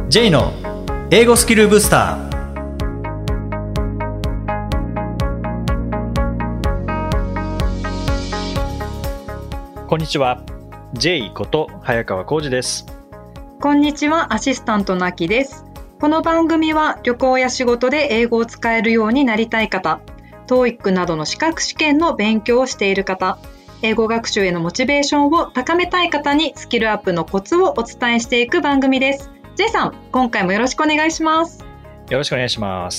J の英語スキルブスター。こんにちは。 J こと早川浩二です。 こんにちは、アシスタントのあきです。この番組は旅行や仕事で英語を使えるようになりたい方、TOEIC などの資格試験の勉強をしている方、英語学習へのモチベーションを高めたい方にスキルアップのコツをお伝えしていく番組です。 J さん、今回もよろしくお願いします。 よろしくお願いします。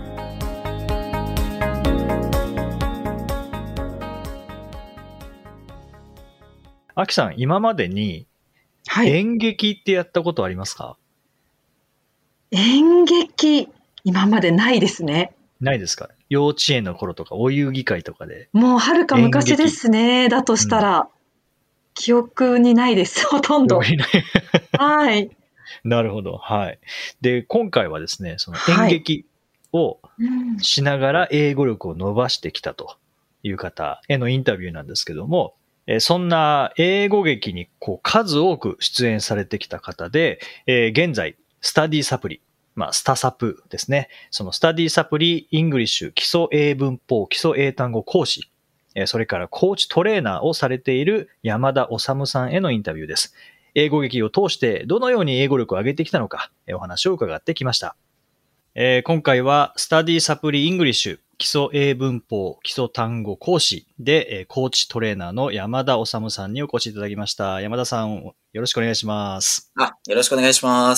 あきさん、今までに演劇ってやったことありますか？ 演劇、今までないですね。 ないですか？幼稚園の頃とかお遊戯会とかで。 もうはるか昔ですね。だとしたら、記憶にないです。ほとんど。はい。 なるほど。はい。で、今回はですね、その演劇をしながら英語力を伸ばしてきたという方へのインタビューなんですけども、そんな英語劇に数多く出演されてきた方で、現在、スタディサプリ、スタサプですね。そのスタディサプリ、イングリッシュ、基礎英文法、基礎英単語講師、それからコーチトレーナーをされている山田修さんへのインタビューです。英語劇を通してどのように英語力を上げてきたのか、お話を伺ってきました。今回はスタディサプリイングリッシュ基礎英文法基礎単語講師でコーチトレーナーの山田修さんにお越しいただきました。山田さん、よろしくお願いします。 よろしくお願いします。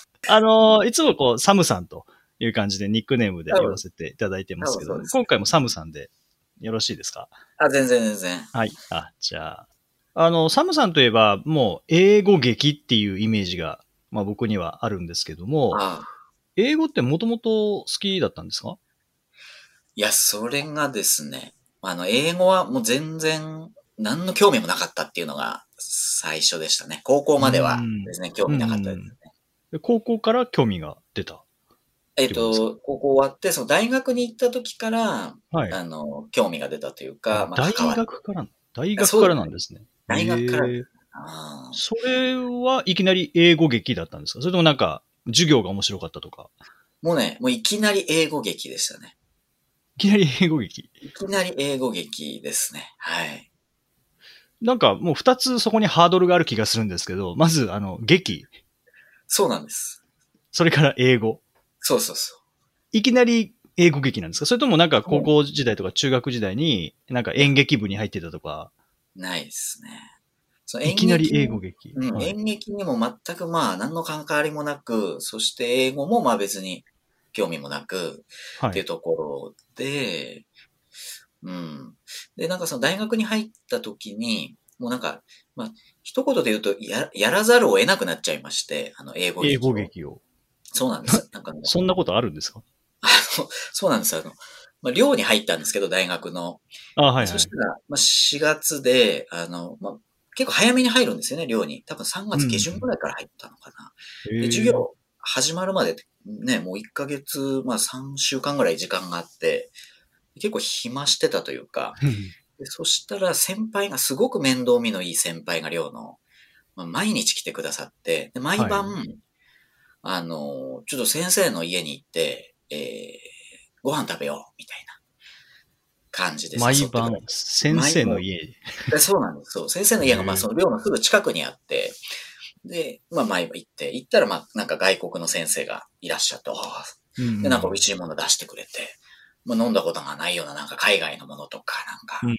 いつもサムさんという感じでニックネームで呼ばせていただいてますけど、今回もサムさんでよろしいですか？ 全然。 はい。じゃあ、サムさんといえば、もう英語劇っていうイメージが、僕にはあるんですけども、英語ってもともと好きだったんですか？ いや、それがですね、英語はもう全然何の興味もなかったっていうのが最初でしたね。高校までは全然興味なかったですね。 高校から興味が出た？ 高校終わって、その大学に行った時から、興味が出たというか、 大学からなんですね。 大学から。 それはいきなり英語劇だったんですか？それともなんか、授業が面白かったとか？ もういきなり英語劇でしたね。 いきなり英語劇？ いきなり英語劇ですね。はい。 なんかもう二つそこにハードルがある気がするんですけど、まず劇。 そうなんです。 それから英語。 そう。 いきなり英語劇なんですか？それともなんか高校時代とか中学時代になんか演劇部に入ってたとか？ ないですね。 いきなり英語劇。 演劇にも全く何の関わりもなく、そして英語も別に興味もなく、っていうところで、で、なんかその大学に入った時に、もうなんか、一言で言うとやらざるを得なくなっちゃいまして、英語劇を。そうなんです。なんかそんなことあるんですか？ そうなんですよ。寮に入ったんですけど、大学の。そしたら、4月で、結構早めに入るんですよね、寮に。多分3月下旬ぐらいから入ったのかな。で、授業始まるまでね、もう1ヶ月、3週間ぐらい時間があって、結構暇してたというか、でそしたら先輩がすごく面倒見のいい先輩が寮の、毎日来てくださって、で毎晩、ちょっと先生の家に行って、ご飯食べよう、みたいな感じで毎晩、先生の家でそうなんです。そう。先生の家がその寮のすぐ近くにあって、で、毎晩行ったらなんか外国の先生がいらっしゃって、で、なんか美味しいもの出してくれて、飲んだことがないようななんか海外のものとか、なんか、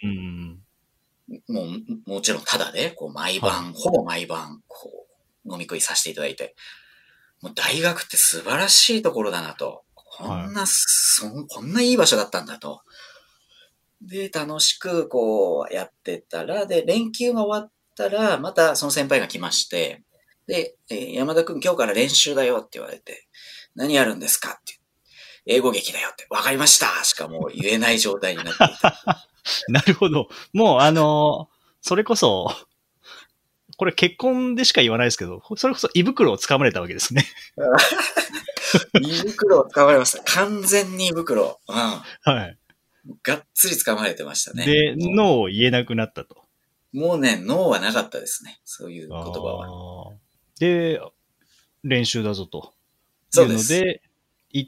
もちろんタダで、毎晩、ほぼ毎晩、飲み食いさせていただいて、もう大学って素晴らしいところだなと。こんないい場所だったんだと。で、楽しくやってたら、で、連休が終わったら、またその先輩が来まして、で、山田くん今日から練習だよって言われて、何やるんですかって。英語劇だよって、わかりましたしかもう言えない状態になっていた。 なるほど。もうそれこそ、これ結婚でしか言わないですけど、それこそ胃袋を掴まれたわけですね。 胃袋を掴まれました。完全に胃袋。 はい。 がっつり掴まれてましたね。 で、ノーを言えなくなったと。 もうね、ノーはなかったですね。そういう言葉は。 で、 練習だぞというので、行って、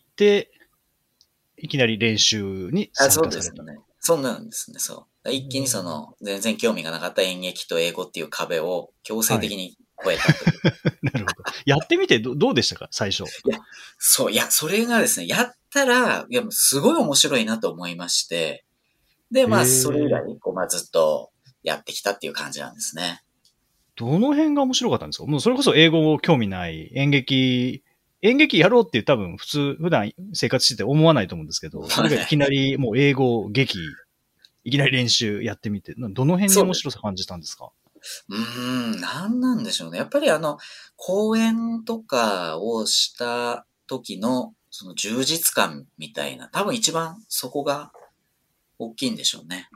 いきなり練習に参加された。 そうですね。そうなんですね、そう。一気に全然興味がなかった演劇と英語っていう壁を強制的に超えたという。 なるほど。やってみてどうでしたか、最初。 それがですね、やったら、いや、もうすごい面白いなと思いまして、で、それ以来、ずっとやってきたっていう感じなんですね。 どの辺が面白かったんですか？もうそれこそ英語興味ない演劇やろうっていう多分普段生活してて思わないと思うんですけど、それがいきなりもう英語、いきなり練習やってみて、どの辺に面白さ感じたんですか？ なんなんでしょうね。やっぱり講演とかをした時の、その充実感みたいな、多分一番そこが大きいんでしょうね。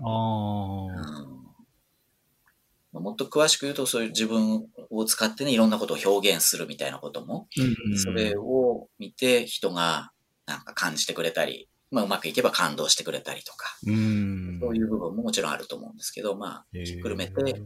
もっと詳しく言うと、そういう自分を使ってね、いろんなことを表現するみたいなことも、それを見て人がなんか感じてくれたり、うまくいけば感動してくれたりとか、そういう部分ももちろんあると思うんですけど、ひっくるめて、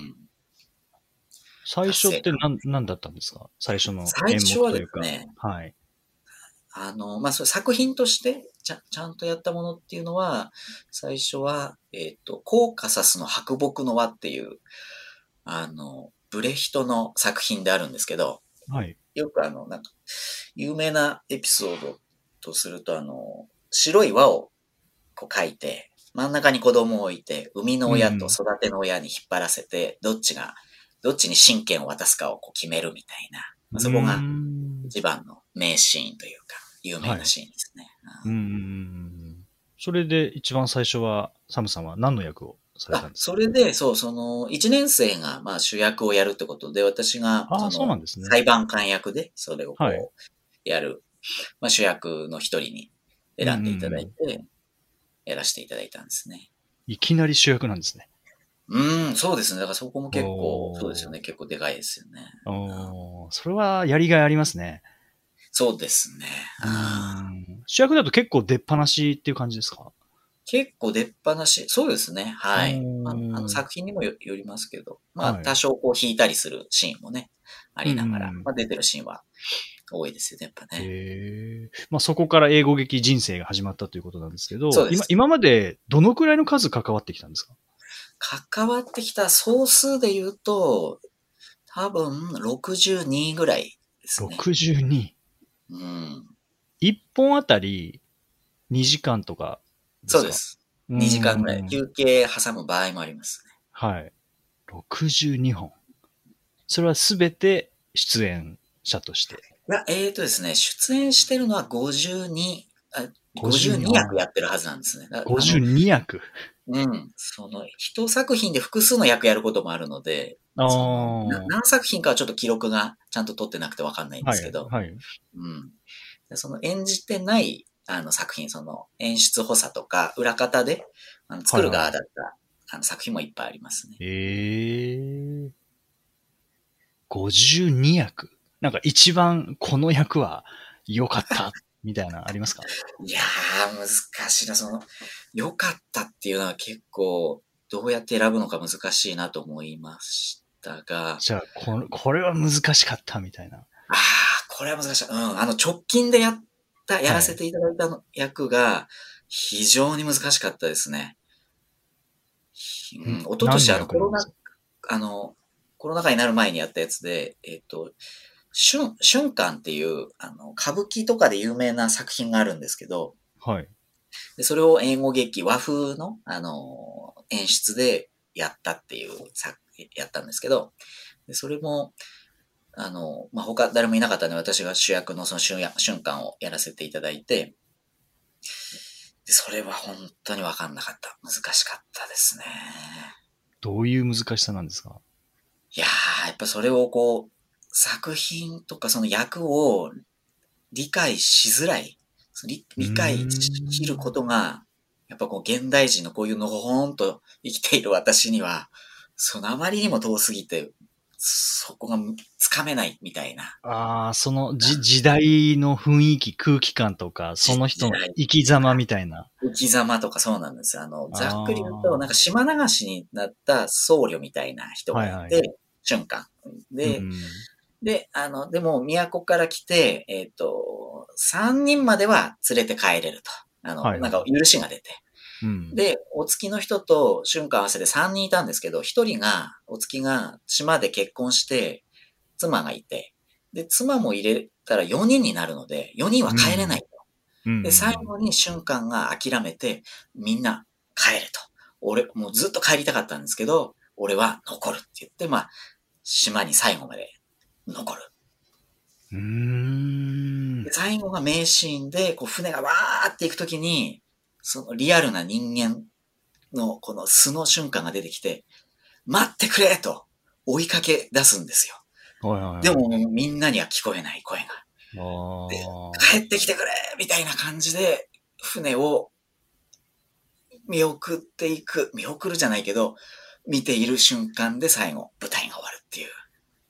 最初って何だったんですか？最初の演目というか。 最初はですね、 はい。 それ作品としてちゃんとやったものっていうのは、最初は、コーカサスの白木の輪っていう、ブレヒトの作品であるんですけど、 はい。 よくなんか、有名なエピソードとすると、白い輪をこう書いて、真ん中に子供を置いて、生みの親と育ての親に引っ張らせて、どっちに親権を渡すかをこう決めるみたいな。そこが一番の名シーンというか、有名なシーンですね。 それで一番最初は、サムさんは何の役をされたんですか？ それで、1年生が主役をやるってことで、私が、 そうなんですね。 裁判官役で、それをこう、やる、主役の一人に選んでいただいて、やらせていただいたんですね。 いきなり主役なんですね。 そうですね。だからそこも結構、そうですよね。結構でかいですよね。 それはやりがいありますね。 そうですね。 主役だと結構出っ放しっていう感じですか？ 結構出っ放し。そうですね。はい。作品にもよりますけど、多少こう弾いたりするシーンもね、ありながら、出てるシーンは多いですよね、やっぱね。 そこから英語劇人生が始まったということなんですけど、 そうです。 今までどのくらいの数関わってきたんですか？ 関わってきた総数で言うと、多分62ぐらいですね。 62？ 1本あたり2時間とかですか？ そうです。2時間ぐらい。休憩挟む場合もありますね。 はい。62本。それはすべて出演者として。 いや、ですね、出演してるのは52役やってるはずなんですね。 52役。 一作品で複数の役やることもあるので、何作品かはちょっと記録がちゃんと取ってなくてわかんないんですけど、その演じてない、作品、演出補佐とか裏方で、作る側だった、作品もいっぱいありますね。 52役。なんか一番この役は良かったみたいなありますか？ いやー、難しいな。良かったっていうのは結構、どうやって選ぶのか難しいなと思いましたが。 じゃあ、これは難しかったみたいな。 これは難しい。直近でやらせていただいた役が、非常に難しかったですね。一昨年コロナ禍になる前にやったやつで、瞬間っていう、歌舞伎とかで有名な作品があるんですけど、でそれを英語劇、和風の、演出でやったっていう、やったんですけど、でそれも、他誰もいなかったので、私が主役のその瞬間をやらせていただいて、でそれは本当にわかんなかった。難しかったですね。 どういう難しさなんですか？ いやー、やっぱそれをこう、作品とかその役を理解しづらい。理解しきることが、やっぱこう現代人のこういうのほほんと生きている私には、あまりにも遠すぎて、そこがつかめないみたいな。 その時代の雰囲気、空気感とか、その人の生き様みたいな。 生き様とかそうなんです。ざっくり言うと、なんか島流しになった僧侶みたいな人がいて、瞬間。で、 で、でも、都から来て、3人までは連れて帰れると。なんか許しが出て。で、お付きの人と瞬間合わせて3人いたんですけど、1人が、お付きが島で結婚して、妻がいて、で、妻も入れたら4人になるので、4人は帰れないと。で、最後に瞬間が諦めて、みんな帰れと。俺、もうずっと帰りたかったんですけど、俺は残るって言って、まあ、島に最後まで残る。で最後が名シーンで、こう船がわーって行くときに、そのリアルな人間のこの素の瞬間が出てきて、待ってくれと追いかけ出すんですよ。でもみんなには聞こえない声が。で帰ってきてくれみたいな感じで、船を見送っていく、見送るじゃないけど、見ている瞬間で最後、舞台が終わるっていう。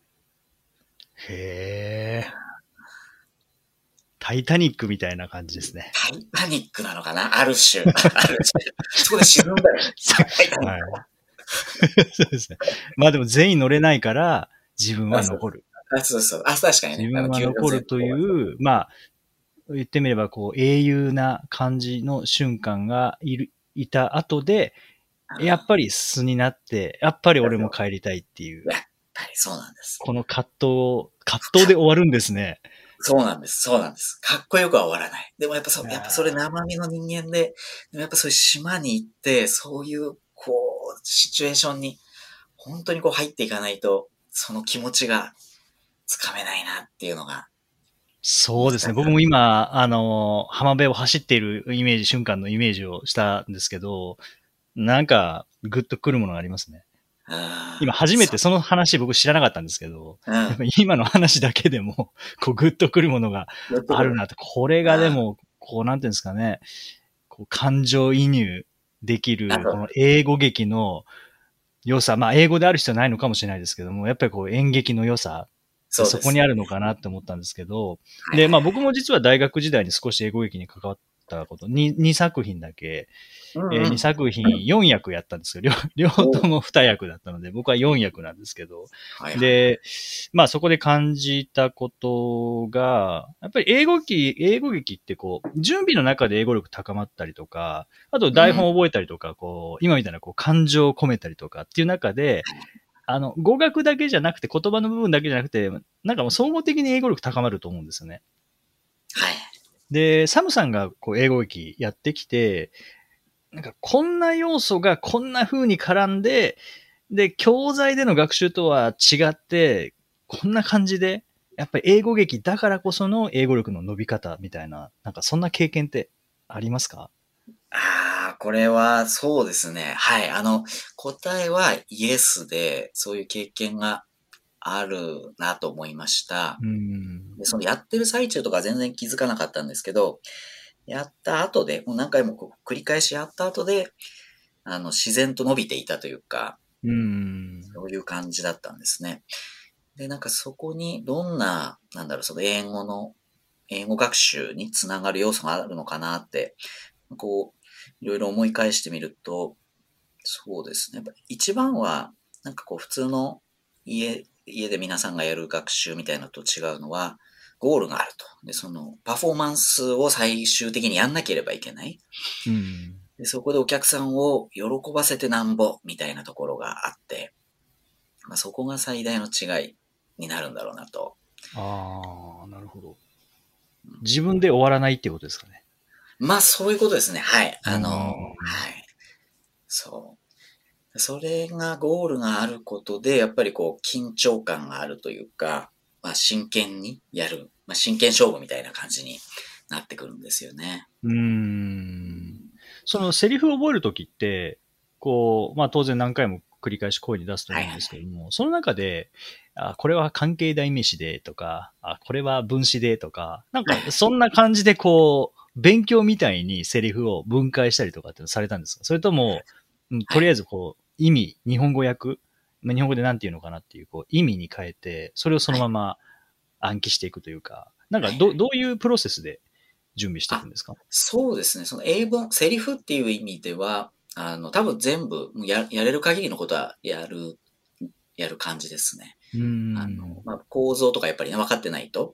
へー。タイタニックみたいな感じですね。 タイタニックなのかなある種。そこで沈んだよ。 はい。そうですね。まあでも全員乗れないから、自分は残る。 そうそう。確かにね。 自分は残るという、まあ、言ってみればこう英雄な感じの瞬間がいた後で、やっぱり素になって、やっぱり俺も帰りたいっていう。 やっぱりそうなんです。 この葛藤で終わるんですね。 そうなんです。そうなんです。かっこよくは終わらない。でもやっぱそれ生身の人間で、でもやっぱそういう島に行って、そういう、こう、シチュエーションに、本当にこう入っていかないと、その気持ちがつかめないなっていうのが。 そうですね。僕も今、浜辺を走っている瞬間のイメージをしたんですけど、なんか、グッとくるものがありますね。今初めてその話僕知らなかったんですけど、やっぱ今の話だけでも、こうグッとくるものがあるなと。これがでも、こうなんていうんですかね、こう感情移入できる、この英語劇の良さ、まあ英語である必要はないのかもしれないですけども、やっぱりこう演劇の良さ、そこにあるのかなって思ったんですけど、で、まあ僕も実は大学時代に少し英語劇に関わったこと、2作品だけ、2作品4役やったんですけど、両方とも2役だったので、僕は4役なんですけど、で、まあそこで感じたことが、やっぱり英語劇ってこう、準備の中で英語力高まったりとか、あと台本覚えたりとか、こう、今みたいなこう感情を込めたりとかっていう中で、語学だけじゃなくて、言葉の部分だけじゃなくて、なんかもう総合的に英語力高まると思うんですよね。 はい。 で、サムさんがこう英語劇やってきて、なんかこんな要素がこんな風に絡んで、で、教材での学習とは違って、こんな感じで、やっぱり英語劇だからこその英語力の伸び方みたいな、なんかそんな経験ってありますか？ これはそうですね。はい。答えはイエスで、そういう経験があるなと思いました。で、そのやってる最中とか全然気づかなかったんですけど、やった後で、もう何回もこう繰り返しやった後で、自然と伸びていたというか、そういう感じだったんですね。で、なんかそこにどんな、その英語学習につながる要素があるのかなって、こう、いろいろ思い返してみると、そうですね。一番は、なんかこう普通の家で皆さんがやる学習みたいなのと違うのは、ゴールがあると。で、そのパフォーマンスを最終的にやんなければいけない。で、そこでお客さんを喜ばせてなんぼみたいなところがあって、まあ、そこが最大の違いになるんだろうなと。 ああ、なるほど。自分で終わらないっていうことですかね。 まあ、そういうことですね。はい。はい。そう。それが、ゴールがあることで、やっぱりこう、緊張感があるというか、まあ、真剣にやる。まあ、真剣勝負みたいな感じになってくるんですよね。 そのセリフを覚えるときって、こう、まあ当然何回も繰り返し声に出すと思うんですけども、その中で、これは関係代名詞でとか、これは分詞でとか、なんかそんな感じでこう、勉強みたいにセリフを分解したりとかってされたんですか？それとも、とりあえずこう、意味、日本語訳、日本語でなんて言うのかなっていう、こう、意味に変えて、それをそのまま暗記していくというか、なんかどういうプロセスで準備していくんですか？ そうですね。その英文、セリフっていう意味では、多分全部やれる限りのことはやるやる感じですね。 まあ、構造とかやっぱりね、分かってないと、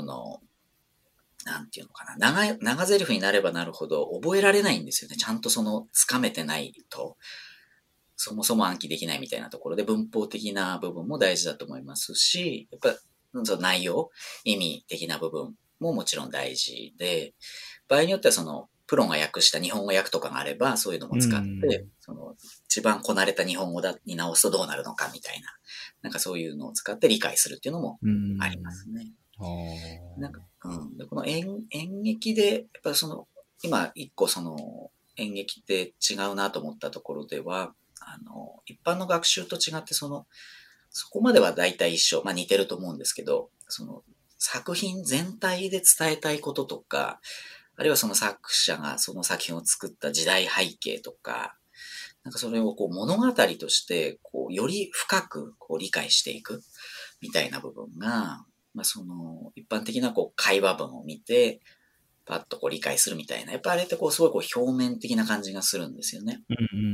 なんていうのかな。長台詞になればなるほど覚えられないんですよね。ちゃんとつかめてないと、そもそも暗記できないみたいなところで文法的な部分も大事だと思いますし、やっぱ、その内容、意味的な部分ももちろん大事で、場合によってはプロが訳した日本語訳とかがあれば、そういうのも使って、一番こなれた日本語に直すとどうなるのかみたいな、なんかそういうのを使って理解するっていうのもありますね。なんか、でこの演劇で、やっぱり今一個演劇って違うなと思ったところでは、一般の学習と違ってそこまでは大体一緒、まあ似てると思うんですけど、作品全体で伝えたいこととか、あるいはその作者がその作品を作った時代背景とか、なんかそれを物語としてより深く理解していくみたいな部分が、まあ一般的な会話文を見て、パッと理解するみたいな、やっぱあれってすごい表面的な感じがするんですよね。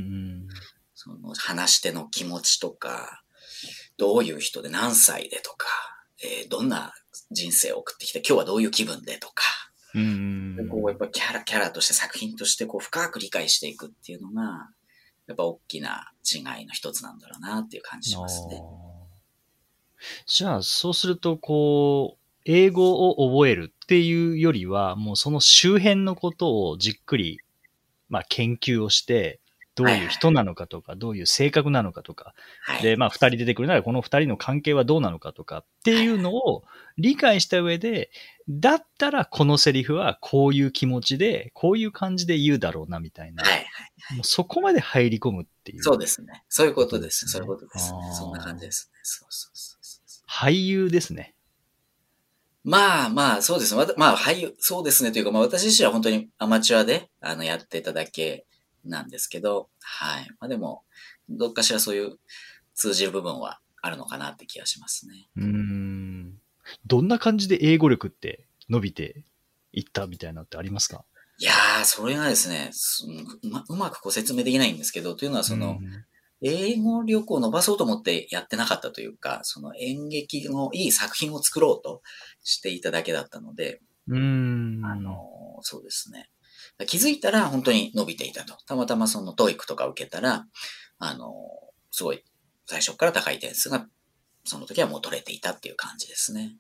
話し手の気持ちとか、どういう人で何歳でとか、どんな人生を送ってきて今日はどういう気分でとか、やっぱキャラとして作品として深く理解していくっていうのが、やっぱ大きな違いの一つなんだろうなっていう感じしますね。 じゃあ、そうすると英語を覚えるっていうよりは、もうその周辺のことをじっくり、まあ研究をして、どういう人なのかとか、どういう性格なのかとか、で、まあ二人出てくるならこの二人の関係はどうなのかとかっていうのを理解した上で、だったらこのセリフはこういう気持ちで、こういう感じで言うだろうなみたいな。もうそこまで入り込むっていう。 そうですね。そういうことです。そういうことですね。そんな感じですね。そう。 俳優ですね。 まあ、そうです。まあ、俳優、そうですね。というか、まあ、私自身は本当にアマチュアで、やってただけなんですけど、はい。まあでも、どっかしらそういう通じる部分はあるのかなって気がしますね。 どんな感じで英語力って伸びていったみたいなのってありますか？ いやー、それがですね、うまく説明できないんですけど、というのは英語力を伸ばそうと思ってやってなかったというか、演劇のいい作品を作ろうとしていただけだったので、そうですね。気づいたら本当に伸びていたと。たまたまTOEIC とか受けたら、すごい最初から高い点数が、その時はもう取れていたっていう感じですね。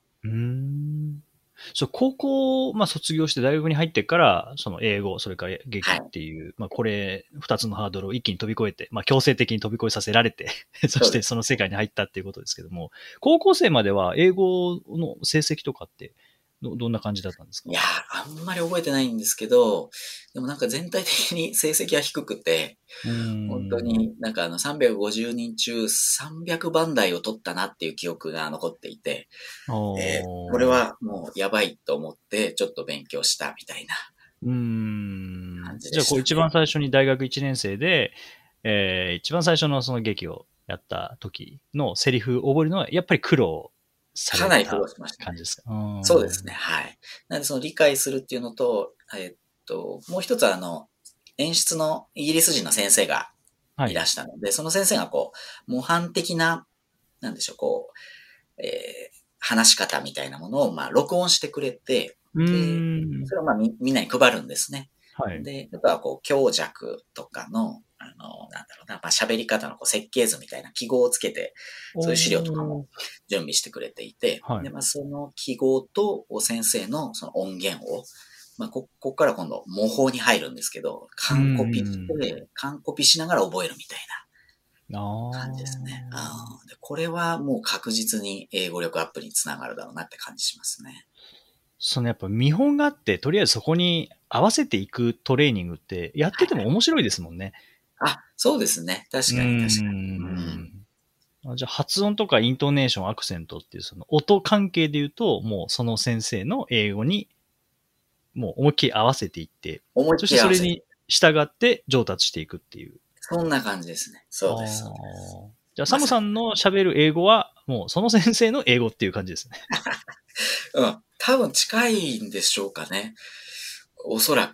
高校、まあ、卒業して大学に入ってから、英語、それから劇っていう、まあ、これ、二つのハードルを一気に飛び越えて、まあ、強制的に飛び越えさせられて、そしてその世界に入ったっていうことですけども、高校生までは英語の成績とかって、どんな感じだったんですか？ いやー、あんまり覚えてないんですけど、でもなんか全体的に成績は低くて、本当になんか350人中300番台を取ったなっていう記憶が残っていて、これはもうやばいと思ってちょっと勉強したみたいな感じでしたね。 じゃあ一番最初に大学1年生で、一番最初のその劇をやった時のセリフを覚えるのはやっぱり苦労されたかなり苦労しました、 感じですか？ そうですね。はい。なので理解するっていうのと、もう一つは演出のイギリス人の先生がいらしたので、その先生が模範的な、なんでしょう、話し方みたいなものを、まあ、録音してくれて、で、それをまあみんなに配るんですね。で、あとは強弱とかの、なんだろうな、まあ、喋り方の設計図みたいな記号をつけて、そういう資料とかも準備してくれていて、で、まあ、その記号と先生のその音源を、まあ、ここから今度模倣に入るんですけど、完コピしながら覚えるみたいな感じですね。でこれはもう確実に英語力アップにつながるだろうなって感じしますね。 やっぱ見本があって、とりあえずそこに合わせていくトレーニングってやってても面白いですもんね。 そうですね。確かに。 じゃあ発音とかイントネーション、アクセントっていうその音関係で言うと、もうその先生の英語にもう思いっきり合わせていって、そしてそれに従って上達していくっていう。 そんな感じですね。そうです。 じゃあサムさんの喋る英語はもうその先生の英語っていう感じですね。 多分近いんでしょうかね。おそらく。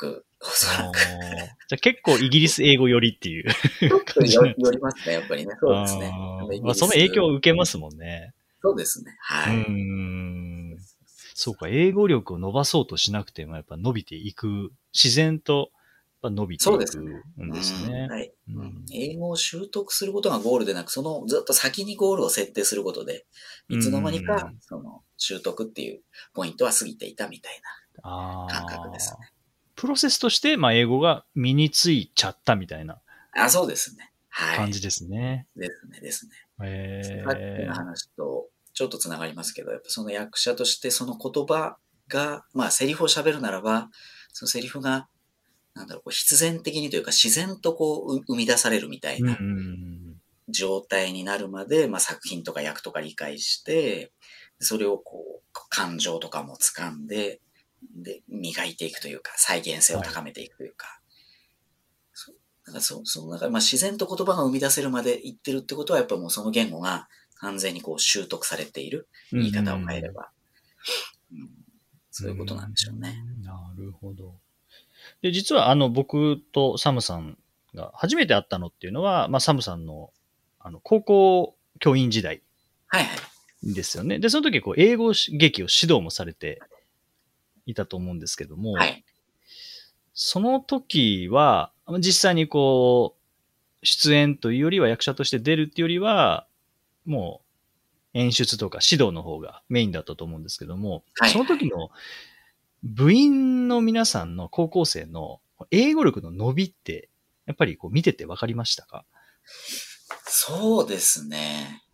おそらく。 じゃあ結構イギリス英語寄りっていう感じなんですよりますね、やっぱりね。そうですね。 まあ、その影響を受けますもんね。 そうですね。はい。 そうか、英語力を伸ばそうとしなくても、やっぱ伸びていく、自然と伸びていくそうですね。 んですね。 はい。英語を習得することがゴールでなく、ずっと先にゴールを設定することで、いつの間にか、習得っていうポイントは過ぎていたみたいな感覚ですね。 プロセスとして、まあ、英語が身についちゃったみたいな。 そうですね。はい。 感じですね。 ですね。さっきの話とちょっとつながりますけど、やっぱその役者としてその言葉が、まあセリフを喋るならば、そのセリフが、必然的にというか自然と生み出されるみたいな状態になるまで、まあ作品とか役とか理解して、それを感情とかも掴んで、磨いていくというか、再現性を高めていくというか、まあ、自然と言葉が生み出せるまで言ってるってことは、やっぱもうその言語が完全に習得されている。言い方を変えれば。そういうことなんでしょうね。 なるほど。で、実は僕とサムさんが初めて会ったのっていうのは、まあ、サムさんの、高校教員時代。 はいはい。 ですよね。で、その時、英語劇を指導もされていたと思うんですけども、はい。その時は、実際に出演というよりは役者として出るっていうよりは、もう演出とか指導の方がメインだったと思うんですけども、はい、その時の部員の皆さんの高校生の英語力の伸びって、やっぱり見てて分かりましたか？ そうですね。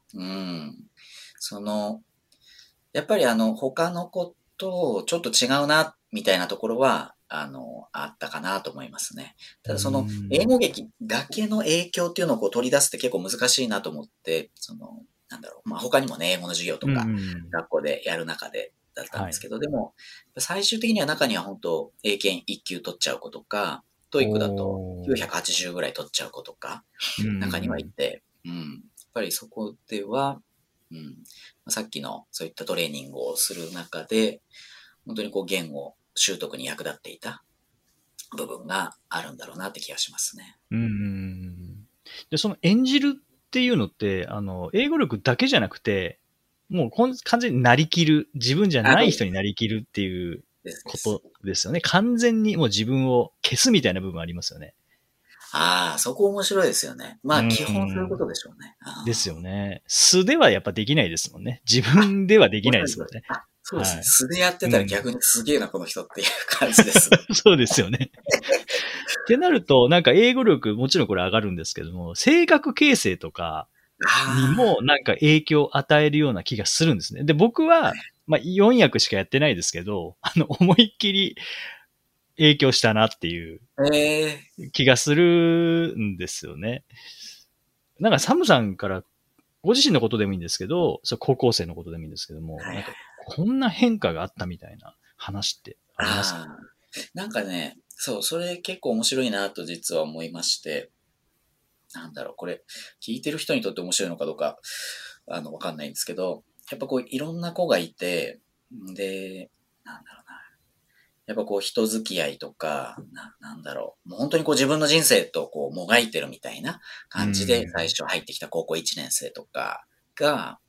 やっぱり他の子とちょっと違うな、みたいなところは、あったかなと思いますね。ただ英語劇だけの影響っていうのを取り出すって結構難しいなと思って、まあ、他にもね、英語の授業とか、学校でやる中でだったんですけど、でも、最終的には中には本当、英検1級取っちゃう子とか、トイックだと980ぐらい取っちゃう子とか、中にはいて、やっぱりそこでは、さっきのそういったトレーニングをする中で、本当に言語習得に役立っていた部分があるんだろうなって気がしますね。 で、その演じるっていうのって、英語力だけじゃなくて、もう完全になりきる、自分じゃない人になりきるっていうことですよね。完全にもう自分を消すみたいな部分ありますよね。 そこ面白いですよね。まあ、基本そういうことでしょうね。 ですよね。素ではやっぱできないですもんね。自分ではできないですもんね。 そうですね。素でやってたら逆にすげえな、この人っていう感じです。 そうですよね。ってなると、なんか英語力、もちろんこれ上がるんですけども、性格形成とかにもなんか影響を与えるような気がするんですね。で、僕は、まあ4役しかやってないですけど、思いっきり影響したなっていう気がするんですよね。なんかサムさんからご自身のことでもいいんですけど、高校生のことでもいいんですけども、なんかこんな変化があったみたいな話ってありますか？ なんかね、それ結構面白いなと実は思いまして、これ、聞いてる人にとって面白いのかどうか、わかんないんですけど、やっぱいろんな子がいて、で、やっぱ人付き合いとか、もう本当に自分の人生ともがいてるみたいな感じで最初入ってきた高校1年生とかが、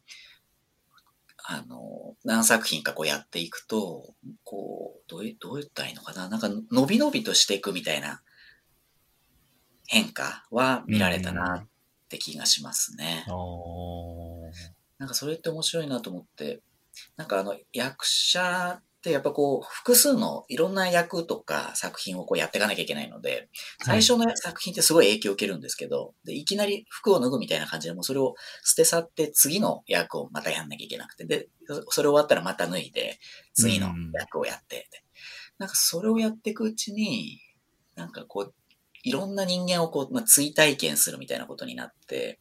何作品かやっていくと、どう言ったらいいのかな、なんか伸び伸びとしていくみたいな変化は見られたなって気がしますね。なんかそれって面白いなと思って、なんか役者ってやっぱ複数のいろんな役とか作品をやっていかなきゃいけないので、最初の作品ってすごい影響を受けるんですけど、で、いきなり服を脱ぐみたいな感じでもうそれを捨て去って次の役をまたやんなきゃいけなくて、で、それ終わったらまた脱いで次の役をやって、なんかそれをやっていくうちに、なんかいろんな人間を追体験するみたいなことになって、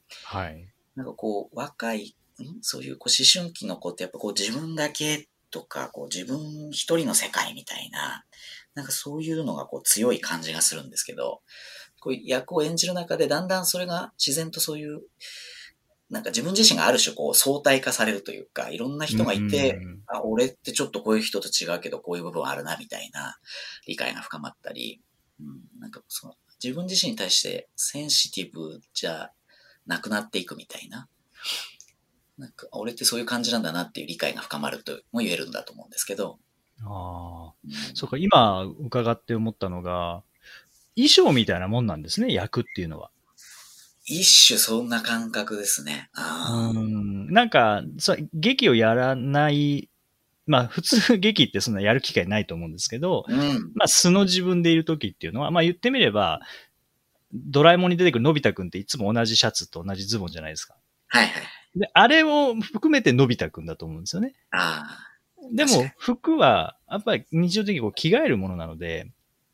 なんか若い、そういう思春期の子ってやっぱ自分だけとか、自分一人の世界みたいな、なんかそういうのが強い感じがするんですけど、役を演じる中でだんだんそれが自然とそういう、なんか自分自身がある種相対化されるというか、いろんな人がいて、俺ってちょっとこういう人と違うけどこういう部分あるなみたいな理解が深まったり、 なんかその自分自身に対してセンシティブじゃなくなっていくみたいな。なんか俺ってそういう感じなんだなっていう理解が深まるとも言えるんだと思うんですけど。 そうか、今伺って思ったのが、衣装みたいなもんなんですね、役っていうのは。 一種そんな感覚ですね。 なんか、劇をやらない、まあ普通劇ってそんなやる機会ないと思うんですけど、まあ素の自分でいる時っていうのは、まあ言ってみれば、ドラえもんに出てくるのび太くんっていつも同じシャツと同じズボンじゃないですか。 はいはい。 で、あれを含めてのび太くんだと思うんですよね。でも服は、やっぱり日常的にこう着替えるものなので、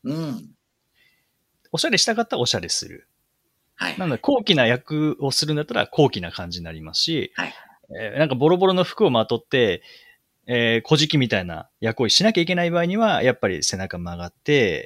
おしゃれしたかったらおしゃれする。なので、高貴な役をするんだったら高貴な感じになりますし、なんかボロボロの服をまとって、小じきみたいな役をしなきゃいけない場合には、やっぱり背中曲がって、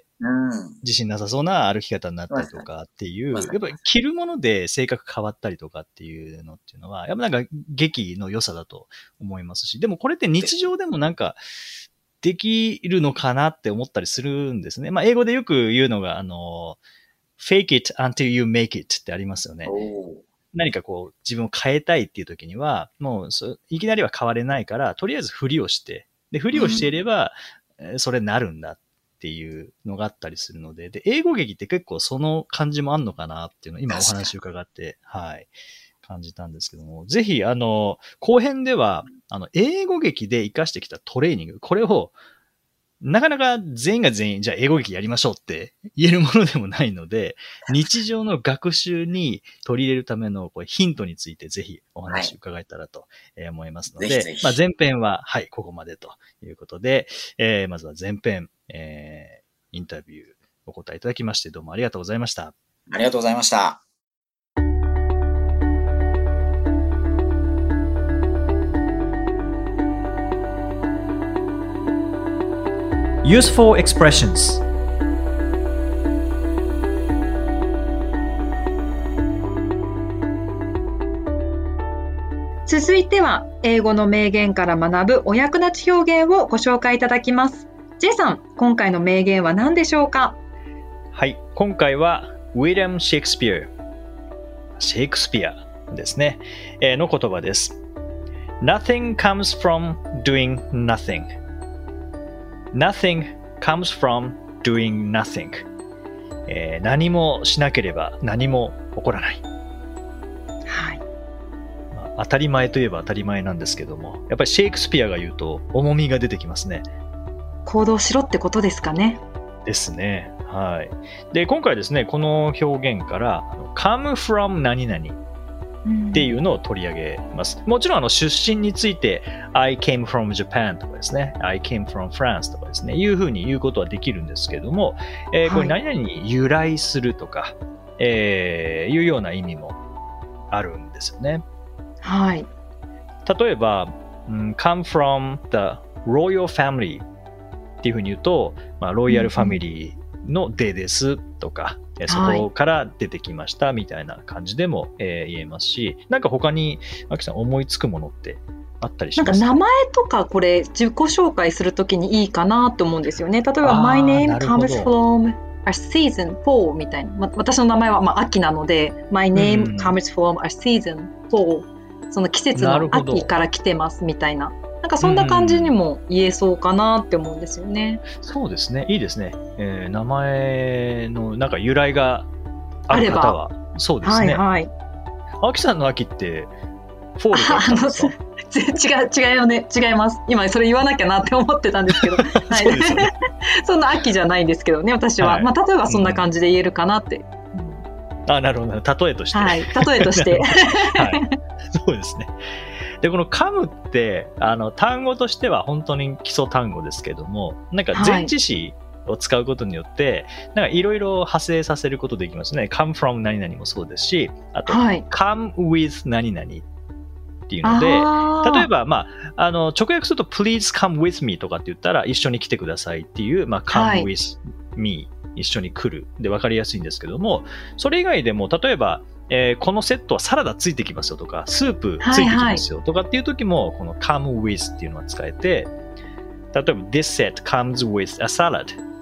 自信なさそうな歩き方になったりとかっていう、やっぱり着るもので性格変わったりとかっていうのは、やっぱなんか劇の良さだと思いますし、でもこれって日常でもなんかできるのかなって思ったりするんですね。まあ英語でよく言うのが、fake it until you make it ってありますよね。何かこう自分を変えたいっていう時には、もういきなりは変われないから、とりあえずふりをして、で、ふりをしていれば、それになるんだっていうのがあったりするので、で、英語劇って結構その感じもあんのかなっていうのを今お話伺って、感じたんですけども、ぜひ、後編では、英語劇で活かしてきたトレーニング、これを、なかなか全員が全員、じゃあ英語劇やりましょうって言えるものでもないので、日常の学習に取り入れるためのこれヒントについてぜひお話伺えたらと思いますので、まあ前編は、ここまでということで、まずは前編、インタビューお答えいただきましてどうもありがとうございました。 ありがとうございました。 Useful expressions. 続いては英語の名言から学ぶお役立ち表現をご紹介いただきます。J さん、今回の名言は何でしょうか？ はい、今回はウィリアム・シェイクスピア、シェイクスピアですね、の言葉です。Nothing comes from doing nothing.Nothing comes from doing nothing. 何もしなければ何も起こらない。当たり前といえば当たり前なんですけども、やっぱりシェイクスピアが言うと重みが出てきますね。 行動しろってことですかね。 ですね。はい。で、今回ですね、この表現からcome from 何々っていうのを取り上げます。もちろん出身について I came from Japan とかですね、I came from France とかですね、いうふうに言うことはできるんですけども、これ何々に由来するとか、いうような意味もあるんですよね。 はい。 例えば、come from the royal family っていうふうに言うと、ロイヤルファミリーの出ですとか、そこから出てきましたみたいな感じでも、言えますし、なんか他にアキさん思いつくものってあったりしますか？ なんか名前とかこれ自己紹介するときにいいかなと思うんですよね。例えば My name comes from a season 4みたいな、私の名前は秋なので My name comes from a season 4、その季節の秋から来てますみたいな、なんかそんな感じにも言えそうかなって思うんですよね。 そうですね、いいですね。名前のなんか由来がある方はそうですね。秋さんの秋ってフォールだったんですか？ 違うよね、違います。今それ言わなきゃなって思ってたんですけど、そうですよね。そんな秋じゃないんですけどね、私は。例えばそんな感じで言えるかなって。 なるほど、例えとして。 はい、例えとして。 そうですね。で、この噛むって、単語としては本当に基礎単語ですけども、なんか前置詞を使うことによって、なんかいろいろ派生させることできますね。come from 何々もそうですし、あと、come with 何々っていうので、例えば、直訳すると please come with me とかって言ったら一緒に来てくださいっていう、come with me、一緒に来るで分かりやすいんですけども、それ以外でも、例えば、このセットはサラダついてきますよとか、スープついてきますよとかっていう時も、この come with っていうのは使えて、例えば this set comes with a salad っ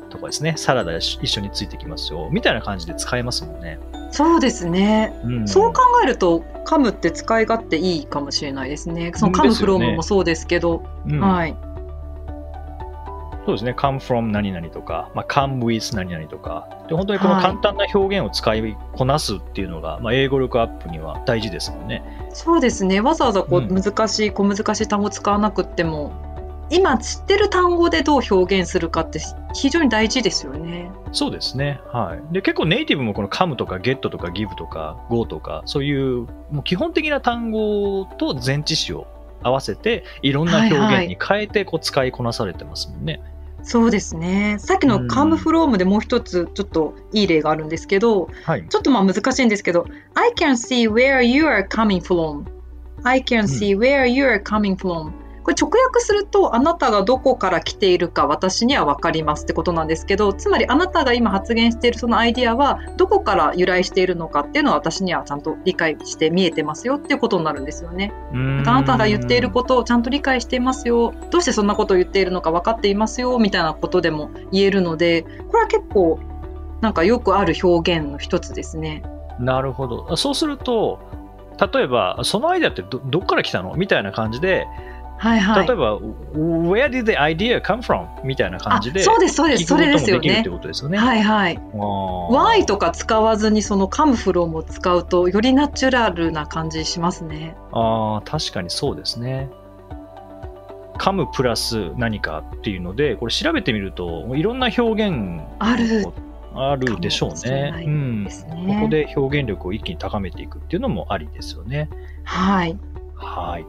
とかですね、サラダ一緒についてきますよみたいな感じで使えますもんね。 そうですね、 うん、 そう考えるとカムって使い勝手いいかもしれないですね。そのカムフロムもそうですけど、はい。 そうですね。come from 何々とか、come with 何々とか。で、本当にこの簡単な表現を使いこなすっていうのが、英語力アップには大事ですもんね。 そうですね。わざわざ小難しい単語使わなくっても、今知ってる単語でどう表現するかって非常に大事ですよね。 そうですね。はい。で、結構ネイティブもこの come とか get とか give とか go とか、そういうもう基本的な単語と前置詞を合わせて、いろんな表現に変えて使いこなされてますもんね。 そうですね。さっきのcome fromでもう一つちょっといい例があるんですけど、ちょっと難しいんですけど、I can see where you are coming from。I can see where you are coming from。これ直訳すると、あなたがどこから来ているか私には分かりますってことなんですけど、つまりあなたが今発言しているそのアイディアはどこから由来しているのかっていうのは私にはちゃんと理解して見えてますよっていうことになるんですよね。あなたが言っていることをちゃんと理解していますよ、どうしてそんなことを言っているのか分かっていますよみたいなことでも言えるので、これは結構なんかよくある表現の一つですね。 なるほど。そうすると、例えばそのアイデアって どっから来たのみたいな感じで、例えば Where did the idea come from? みたいな感じで、 そうですそうです、それですよね。 はいはい。Why とか使わずにその come from を使うとよりナチュラルな感じしますね。 確かにそうですね。come プラス何かっていうので、これ調べてみるといろんな表現あるでしょうね。ここで表現力を一気に高めていくっていうのもありですよね。 はい。 はい。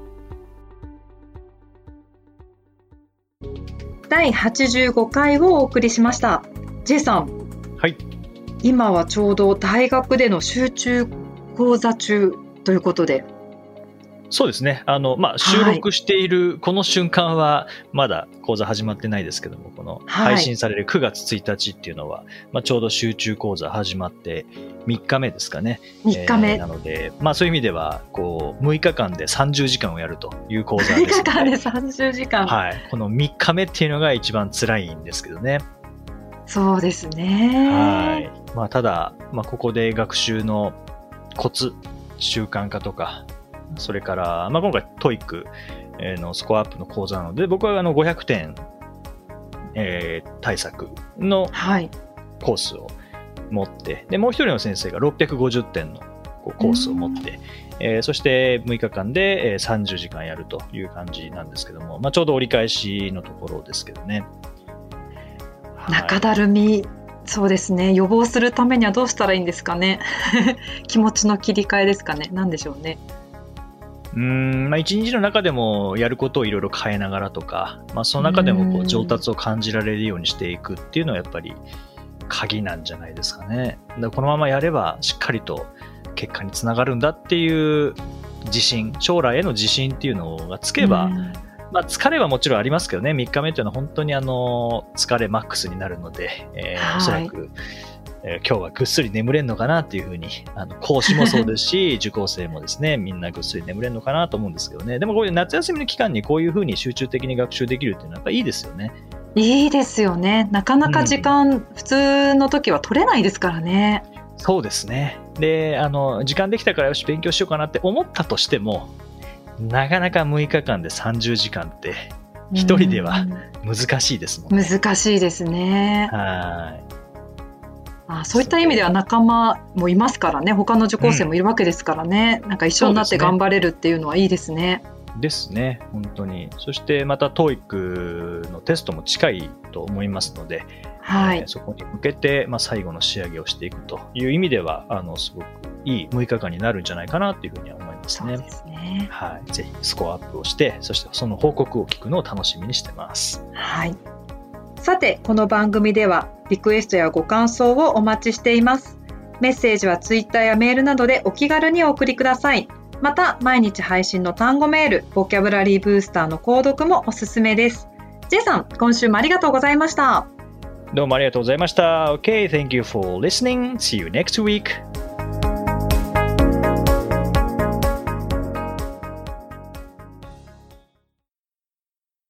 第85回をお送りしました。 J さん、 はい、 今はちょうど大学での集中講座中ということで。 そうですね。収録しているこの瞬間はまだ講座始まってないですけども、この配信される9月1日っていうのは、ちょうど集中講座始まって3日目ですかね。 3日目。 なので、そういう意味では6日間で30時間をやるという講座です。 6日間で30時間。 はい。この3日目っていうのが一番辛いんですけどね。 そうですね。 はい。ただ、ここで学習のコツ、習慣化とか、それから、今回 TOEIC のスコアアップの講座なので、僕は500点、対策のコースを持って、でもう一人の先生が650点のコースを持って、そして6日間で30時間やるという感じなんですけども、ちょうど折り返しのところですけどね。 中だるみ、そうですね。予防するためにはどうしたらいいんですかね。気持ちの切り替えですかね。なんでしょうね。 一日の中でもやることをいろいろ変えながらとか、その中でも上達を感じられるようにしていくっていうのはやっぱり鍵なんじゃないですかね。だからこのままやればしっかりと結果につながるんだっていう自信、将来への自信っていうのがつけば、疲れはもちろんありますけどね、3日目っていうのは本当に疲れマックスになるので、おそらく今日はぐっすり眠れんのかなっていうふうに、講師もそうですし受講生もですね、みんなぐっすり眠れんのかなと思うんですけどね。でもこういう夏休みの期間にこういうふうに集中的に学習できるっていうのはやっぱいいですよね。 いいですよね。なかなか時間、普通の時は取れないですからね。 そうですね。で、時間できたからよし勉強しようかなって思ったとしても、なかなか6日間で30時間って一人では難しいですもんね。 難しいですね。 はい。 そういった意味では仲間もいますからね。他の受講生もいるわけですからね。なんか一緒になって頑張れるっていうのはいいですね。 ですね、本当に。そしてまた TOEIC のテストも近いと思いますので、そこに向けて、最後の仕上げをしていくという意味ではすごくいい6日間になるんじゃないかなというふうには思いますね。 そうですね。 はい、ぜひスコアアップをして、そしてその報告を聞くのを楽しみにしてます。 はい。さて、この番組ではリクエストやご感想をお待ちしています。メッセージはツイッターやメールなどでお気軽にお送りください。また、毎日配信の単語メール、ボキャブラリーブースターの購読もおすすめです。J さん、今週もありがとうございました。 どうもありがとうございました。Okay, thank you for listening. See you next week.